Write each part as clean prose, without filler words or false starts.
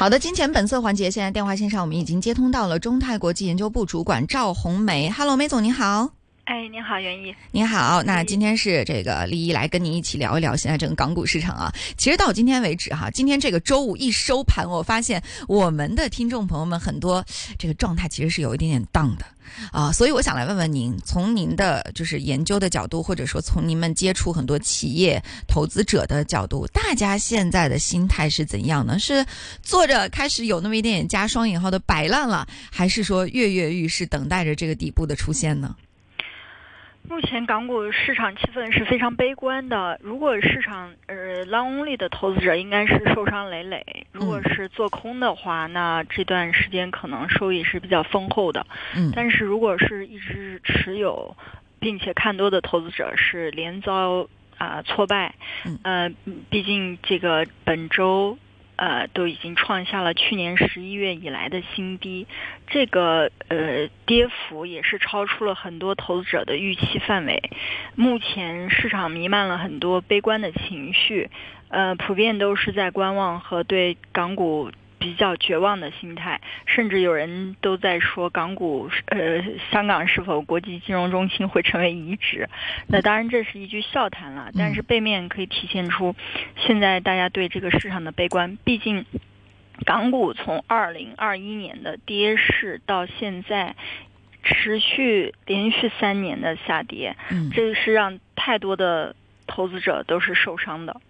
好的，金钱本色环节，现在电话线上我们已经接通到了中泰国际研究部主管赵红梅。Hello， 梅总您好。 哎，您好，袁毅。 您好，那今天是这个丽一来跟您一起聊一聊现在整个港股市场啊。其实到今天为止哈，今天这个周五一收盘，我发现我们的听众朋友们很多这个状态其实是有一点点荡的啊，所以我想来问问您，从您的就是研究的角度，或者说从您们接触很多企业投资者的角度，大家现在的心态是怎样呢？是坐着开始有那么一点点加双引号的摆烂了，还是说跃跃欲试，等待着这个底部的出现呢？ 目前港股市场气氛是非常悲观的。如果市场long only 的投资者应该是受伤累累，如果是做空的话，那这段时间可能收益是比较丰厚的。但是如果是一直持有并且看多的投资者是连遭挫败。毕竟这个本周都已经创下了去年11月以来的新低，这个跌幅也是超出了很多投资者的预期范围。目前市场弥漫了很多悲观的情绪，普遍都是在观望和对港股比较绝望的心态，甚至有人都在说港股香港是否国际金融中心会成为遗址。那当然这是一句笑谈了，但是背面可以体现出现在大家对这个市场的悲观。毕竟港股从2021年的跌势到现在持续连续3年的下跌，这是让太多的投资者都是受伤的。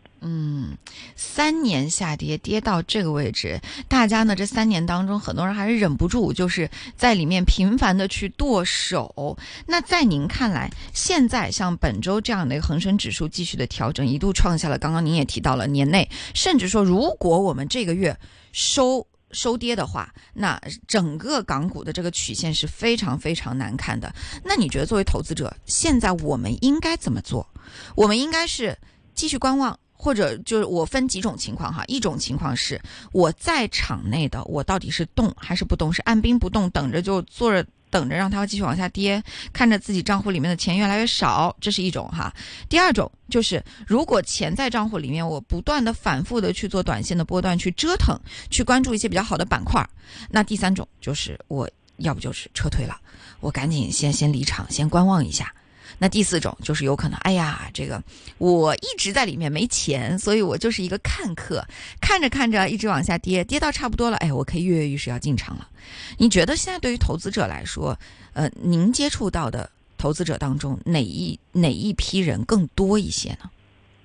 3年下跌，跌到这个位置，大家呢这3年当中，很多人还是忍不住，就是在里面频繁的去剁手。那在您看来，现在像本周这样的一个恒生指数继续的调整，一度创下了刚刚您也提到了年内，甚至说如果我们这个月收跌的话，那整个港股的这个曲线是非常非常难看的。那你觉得作为投资者，现在我们应该怎么做？我们应该是继续观望，或者就是我分几种情况哈。一种情况是我在场内的，我到底是动还是不动，是按兵不动，等着就坐着等着让它继续往下跌，看着自己账户里面的钱越来越少，这是一种哈。第二种就是如果钱在账户里面，我不断的反复的去做短线的波段，去折腾，去关注一些比较好的板块。那第三种就是我要不就是撤退了，我赶紧先离场，先观望一下。那第四种就是有可能，这个我一直在里面没钱，所以我就是一个看客，看着看着一直往下跌，跌到差不多了，我可以跃跃欲试要进场了。你觉得现在对于投资者来说，您接触到的投资者当中，哪一批人更多一些呢？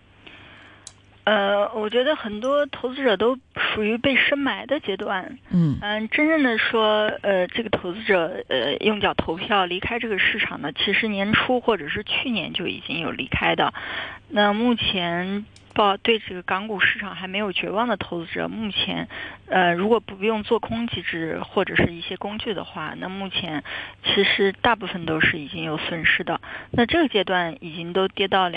我觉得很多投资者都属于被深埋的阶段。真正的说，这个投资者用脚投票离开这个市场呢，其实年初或者是去年就已经有离开的。那目前对这个港股市场还没有绝望的投资者，目前如果不用做空机制或者是一些工具的话，那目前其实大部分都是已经有损失的。那这个阶段已经都跌到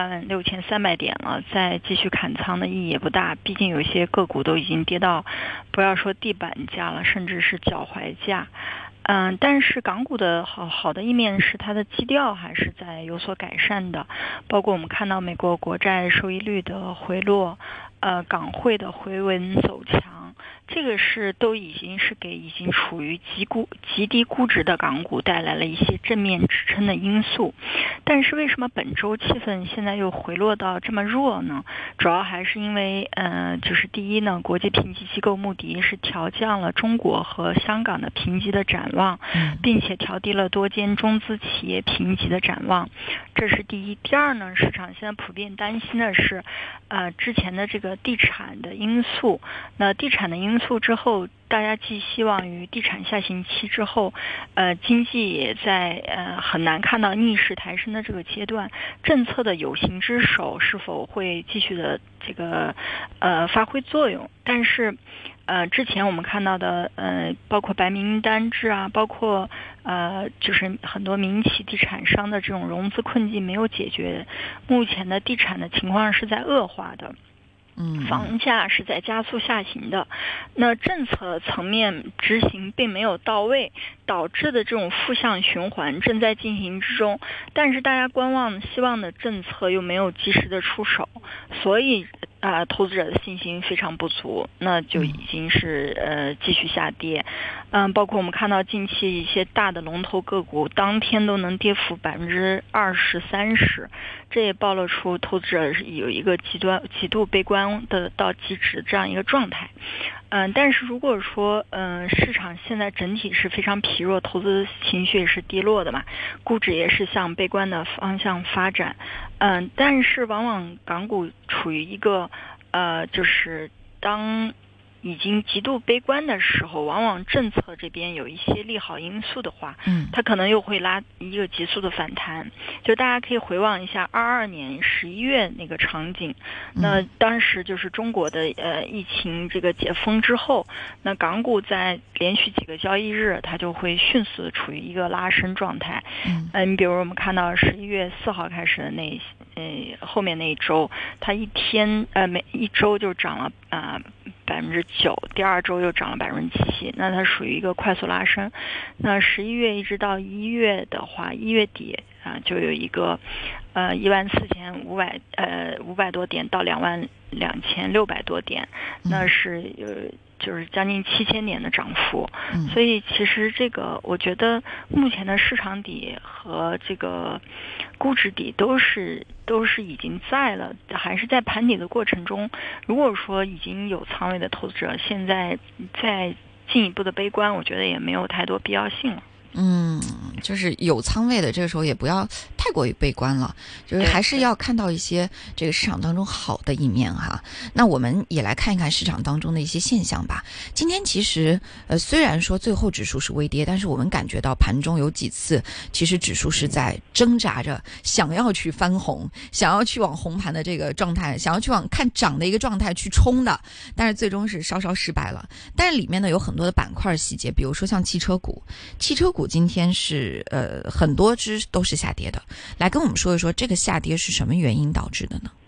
16300点了，再继续砍仓的意义也不大，毕竟有些个股都已经跌到不要说地板价了，甚至是脚踝价。但是港股的好的一面是它的基调还是在有所改善的，包括我们看到美国国债收益率的回落，港汇的回稳走强，这个都已经是给已经处于极低估值的港股带来了一些正面支撑的因素。但是为什么本周气氛现在又回落到这么弱呢？主要还是因为就是第一呢，国际评级机构穆迪是调降了中国和香港的评级的展望，并且调低了多间中资企业评级的展望，这是第一。第二呢，市场现在普遍担心的是之前的这个地产的因素。那地产的因素之后，大家寄希望于地产下行期之后，经济也在很难看到逆势抬升的这个阶段，政策的有形之手是否会继续的这个发挥作用？但是之前我们看到的包括白名单制啊，包括就是很多民企地产商的这种融资困境没有解决，目前的地产的情况是在恶化的。房价是在加速下行的，那政策层面执行并没有到位，导致的这种负向循环正在进行之中，但是大家观望希望的政策又没有及时的出手，所以投资者的信心非常不足，那就已经是继续下跌。包括我们看到近期一些大的龙头个股当天都能跌幅20%、30%，这也暴露出投资者有一个极度悲观的到极致这样一个状态。但是如果说市场现在整体是非常疲弱，投资情绪也是低落的嘛，估值也是向悲观的方向发展。但是往往港股处于一个就是当已经极度悲观的时候，往往政策这边有一些利好因素的话，它可能又会拉一个急速的反弹。就大家可以回望一下22年11月那个场景，那当时就是中国的疫情这个解封之后，那港股在连续几个交易日，它就会迅速的处于一个拉升状态。你比如我们看到11月4号开始的后面那一周，它每一周就涨了9%，第2周又涨了7%，那它属于一个快速拉升。那11月一直到1月的话，1月底就有一个14500多点到22600多点，那是就是将近7000点的涨幅。所以其实这个我觉得目前的市场底和这个估值底都是已经在了，还是在盘底的过程中。如果说已经有仓位的投资者现在再进一步的悲观，我觉得也没有太多必要性了。 就是有仓位的这个时候也不要太过于悲观了，就是还是要看到一些这个市场当中好的一面哈。那我们也来看一看市场当中的一些现象吧。今天其实虽然说最后指数是微跌，但是我们感觉到盘中有几次其实指数是在挣扎着想要去翻红，想要去往红盘的这个状态，想要去往看涨的一个状态去冲的，但是最终是稍稍失败了。但是里面呢有很多的板块细节，比如说像汽车股今天是很多只都是下跌的，来跟我们说一说这个下跌是什么原因导致的呢？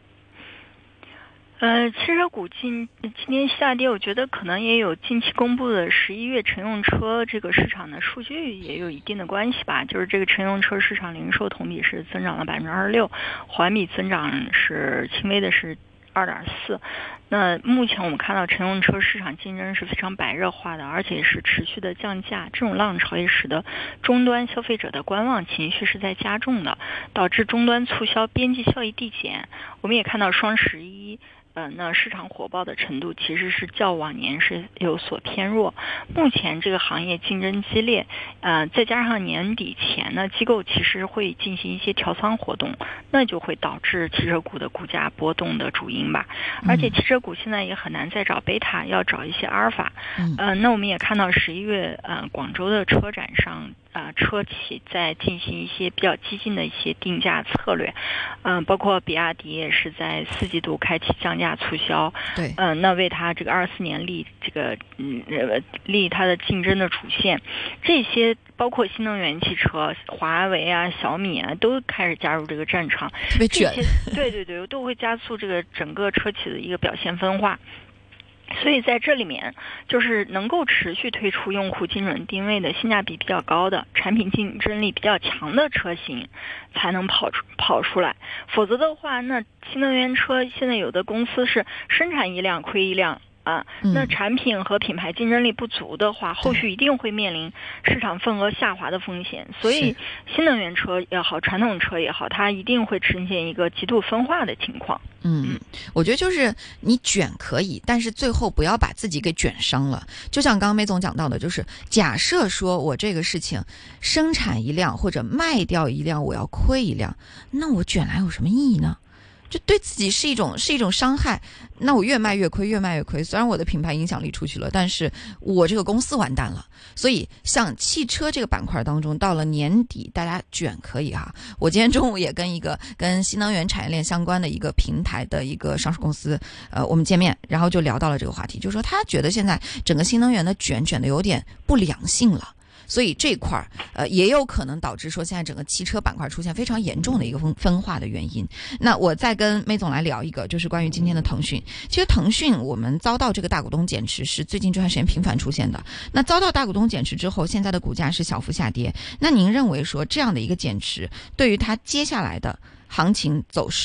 汽车股今天下跌，我觉得可能也有近期公布的11月乘用车这个市场的数据也有一定的关系吧。就是这个乘用车市场零售同比是增长了26%，环比增长是轻微的是2.4%。那目前我们看到乘用车市场竞争是非常白热化的，而且是持续的降价，这种浪潮也使得终端消费者的观望情绪是在加重的，导致终端促销边际效益递减。我们也看到双11那市场火爆的程度其实是较往年是有所偏弱。目前这个行业竞争激烈，再加上年底前呢，机构其实会进行一些调仓活动，那就会导致汽车股的股价波动的主因吧。而且汽车股现在也很难再找贝塔，要找一些阿尔法。那我们也看到11月广州的车展上，车企在进行一些比较激进的一些定价策略，包括比亚迪也是在4季度开启降价促销， 对， 那为它这个24年立它的竞争的主线。这些包括新能源汽车，华为啊、小米啊都开始加入这个战场， 特别卷， 对，都会加速这个整个车企的一个表现分化。所以在这里面，就是能够持续推出用户精准定位的、性价比比较高的、产品竞争力比较强的车型才能跑出来。否则的话，那新能源车现在有的公司是生产一辆亏一辆那产品和品牌竞争力不足的话，后续一定会面临市场份额下滑的风险。所以新能源车也好，传统车也好，它一定会呈现一个极度分化的情况。 我觉得就是你卷可以，但是最后不要把自己给卷伤了。就像刚刚梅总讲到的，就是假设说我这个事情生产一辆或者卖掉一辆，我要亏一辆，那我卷来有什么意义呢？就对自己是一种伤害。那我越卖越亏，虽然我的品牌影响力出去了，但是我这个公司完蛋了。所以像汽车这个板块当中，到了年底大家卷可以哈。我今天中午也跟一个跟新能源产业链相关的一个平台的一个上市公司我们见面，然后就聊到了这个话题，就是说他觉得现在整个新能源的卷的有点不良性了。所以这块也有可能导致说现在整个汽车板块出现非常严重的一个分化的原因。那我再跟梅总来聊一个，就是关于今天的腾讯。其实腾讯我们遭到这个大股东减持是最近这段时间频繁出现的。那遭到大股东减持之后，现在的股价是小幅下跌。那您认为说这样的一个减持对于它接下来的行情走势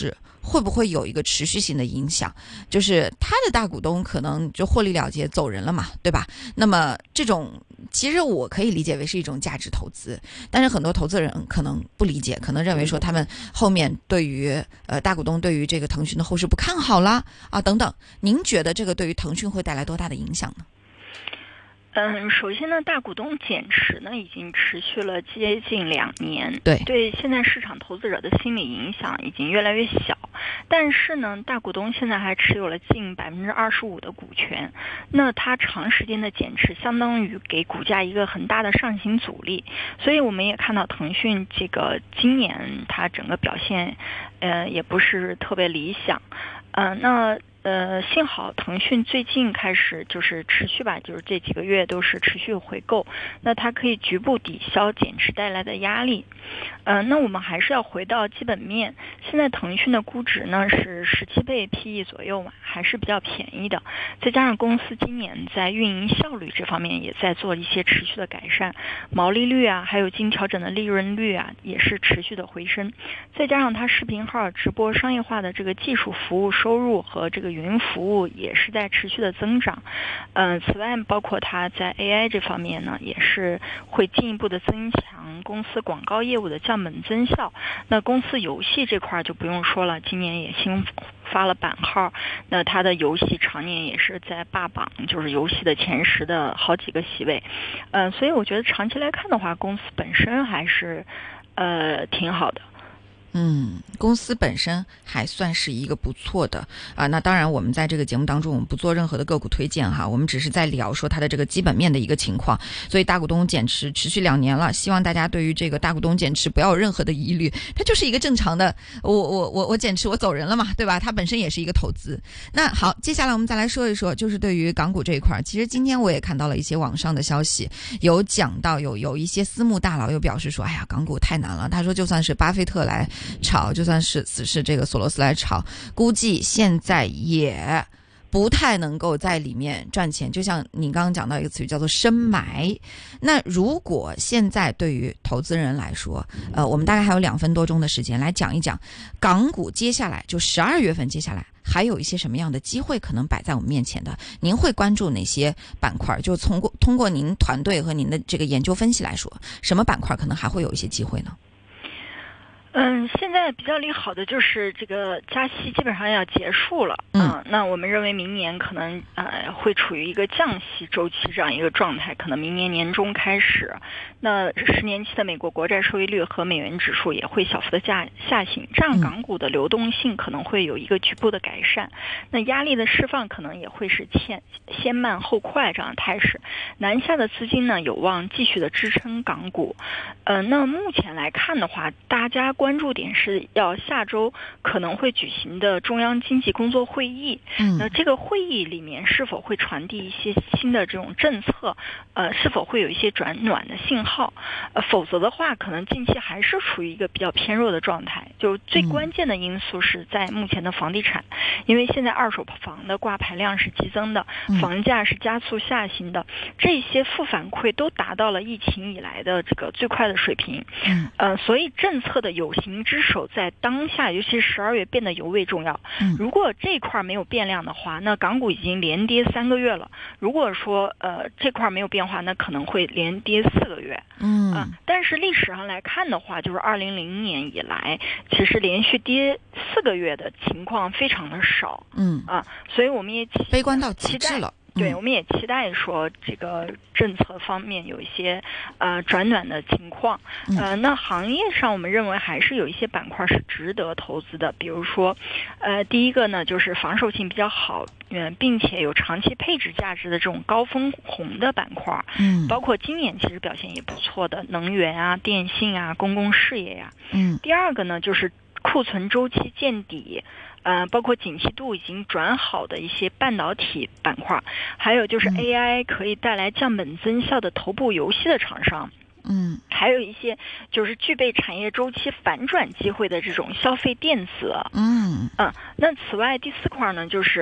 会不会有一个持续性的影响？就是他的大股东可能就获利了结走人了嘛，对吧？那么这种其实我可以理解为是一种价值投资，但是很多投资人可能不理解，可能认为说他们后面对于大股东对于这个腾讯的后市不看好啦啊等等。您觉得这个对于腾讯会带来多大的影响呢？ 首先呢，大股东减持呢已经持续了接近2年， 对现在市场投资者的心理影响已经越来越小。但是呢，大股东现在还持有了近25%的股权，那他长时间的减持，相当于给股价一个很大的上行阻力。所以我们也看到腾讯这个今年它整个表现，也不是特别理想，幸好腾讯最近开始就是持续吧，就是这几个月都是持续回购，那它可以局部抵消减持带来的压力。那我们还是要回到基本面，现在腾讯的估值呢是17倍 PE 左右嘛，还是比较便宜的。再加上公司今年在运营效率这方面也在做一些持续的改善，毛利率啊，还有经调整的利润率啊，也是持续的回升。再加上它视频号直播商业化的这个技术服务收入和这个云服务也是在持续的增长。此外，包括它在 AI 这方面呢，也是会进一步的增强公司广告业务的降本增效。那公司游戏这块就不用说了，今年也新发了版号，那它的游戏常年也是在霸榜，就是游戏的前10的好几个席位。所以我觉得长期来看的话，公司本身还是挺好的。 公司本身还算是一个不错的那当然我们在这个节目当中我们不做任何的个股推荐哈，我们只是在聊说它的这个基本面的一个情况。所以大股东减持持续2年了，希望大家对于这个大股东减持不要有任何的疑虑，它就是一个正常的我减持我走人了嘛，对吧？它本身也是一个投资。那好，接下来我们再来说一说，就是对于港股这一块，其实今天我也看到了一些网上的消息，有讲到有一些私募大佬又表示说，哎呀，港股太难了。他说就算是巴菲特来炒，就算是这个索罗斯来炒，估计现在也不太能够在里面赚钱。就像你刚刚讲到一个词语叫做深埋。那如果现在对于投资人来说，我们大概还有2分多钟的时间来讲一讲港股接下来就12月份接下来还有一些什么样的机会可能摆在我们面前的。您会关注哪些板块？就通过您团队和您的这个研究分析来说，什么板块可能还会有一些机会呢？ 现在比较利好的就是这个加息基本上要结束了，那我们认为明年可能会处于一个降息周期这样一个状态，可能明年年中开始，那10年期的美国国债收益率和美元指数也会小幅的下行，这样港股的流动性可能会有一个局部的改善，那压力的释放可能也会是先慢后快这样的态势，南下的资金呢有望继续的支撑港股。那目前来看的话，大家关注点是要下周可能会举行的中央经济工作会议，那这个会议里面是否会传递一些新的这种政策，是否会有一些转暖的信号，否则的话可能近期还是处于一个比较偏弱的状态。就最关键的因素是在目前的房地产，因为现在二手房的挂牌量是激增的，房价是加速下行的，这些负反馈都达到了疫情以来的这个最快的水平，所以政策的有形之手在当下，尤其是12月变得尤为重要。如果这块没有变量的话，那港股已经连跌3个月了。如果说这块没有变化，那可能会连跌4个月。但是历史上来看的话，就是2000年以来，其实连续跌4个月的情况非常的少。所以我们也悲观到极致了。 对，我们也期待说这个政策方面有一些转暖的情况。那行业上我们认为还是有一些板块是值得投资的，比如说第一个呢就是防守性比较好，并且有长期配置价值的这种高分红的板块，包括今年其实表现也不错的能源啊、电信啊、公共事业呀。第二个呢就是库存周期见底，包括景气度已经转好的一些半导体板块，还有就是 AI 可以带来降本增效的头部游戏的厂商，还有一些就是具备产业周期反转机会的这种消费电子。那此外第4块呢，就是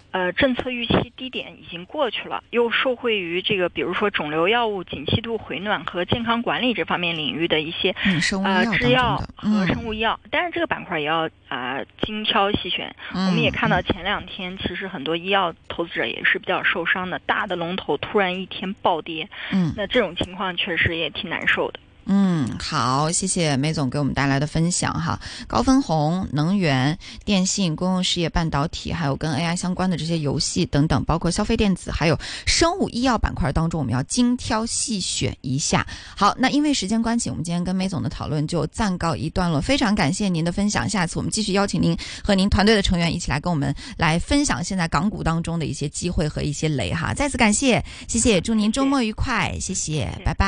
政策预期低点已经过去了，又受惠于这个比如说肿瘤药物景气度回暖和健康管理这方面领域的一些制药和生物医药，但是这个板块也要精挑细选。我们也看到前2天其实很多医药投资者也是比较受伤的，大的龙头突然一天暴跌，那这种情况确实也挺难受的。 好，谢谢梅总给我们带来的分享哈。高分红、能源、电信、公用事业、半导体，还有跟 AI 相关的这些游戏等等，包括消费电子，还有生物医药板块当中，我们要精挑细选一下。好，那因为时间关系，我们今天跟梅总的讨论就暂告一段落。非常感谢您的分享，下次我们继续邀请您和您团队的成员一起来跟我们来分享现在港股当中的一些机会和一些雷哈。再次感谢，谢谢，祝您周末愉快，谢谢，拜拜。